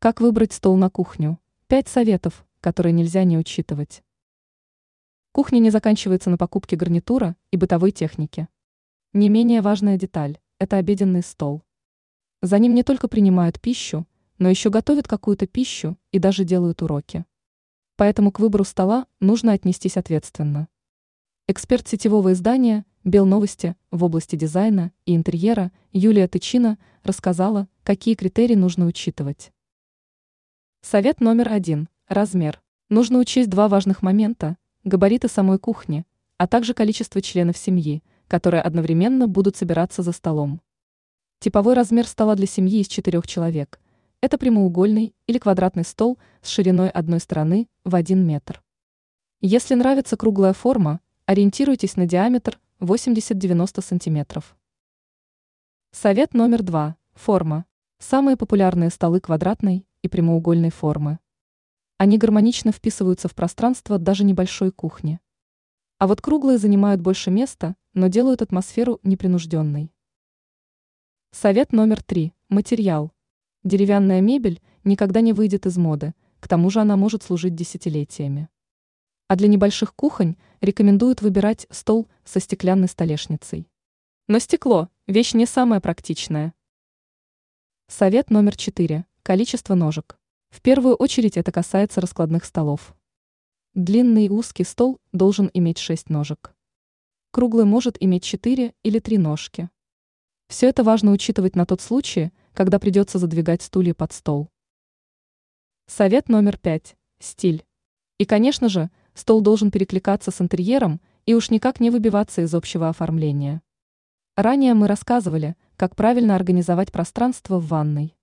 Как выбрать стол на кухню? 5 советов, которые нельзя не учитывать. Кухня не заканчивается на покупке гарнитура и бытовой техники. Не менее важная деталь – это обеденный стол. За ним не только принимают пищу, но еще готовят какую-то пищу и даже делают уроки. Поэтому к выбору стола нужно отнестись ответственно. Эксперт сетевого издания «Белновости» в области дизайна и интерьера Юлия Тычина рассказала, какие критерии нужно учитывать. Совет номер 1. Размер. Нужно учесть два важных момента – габариты самой кухни, а также количество членов семьи, которые одновременно будут собираться за столом. Типовой размер стола для семьи из 4 человек – это прямоугольный или квадратный стол с шириной одной стороны в 1 метр. Если нравится круглая форма, ориентируйтесь на диаметр 80-90 см. Совет номер 2. Форма. Самые популярные столы квадратной и прямоугольной формы. Они гармонично вписываются в пространство даже небольшой кухни. А вот круглые занимают больше места, но делают атмосферу непринужденной. Совет номер 3. Материал. Деревянная мебель никогда не выйдет из моды, к тому же она может служить десятилетиями. А для небольших кухонь рекомендуют выбирать стол со стеклянной столешницей. Но стекло – вещь не самая практичная. Совет номер 4. Количество ножек. В первую очередь это касается раскладных столов. Длинный и узкий стол должен иметь 6 ножек. Круглый может иметь 4 или 3 ножки. Все это важно учитывать на тот случай, когда придется задвигать стулья под стол. Совет номер 5. Стиль. И, конечно же, стол должен перекликаться с интерьером и уж никак не выбиваться из общего оформления. Ранее мы рассказывали, как правильно организовать пространство в ванной.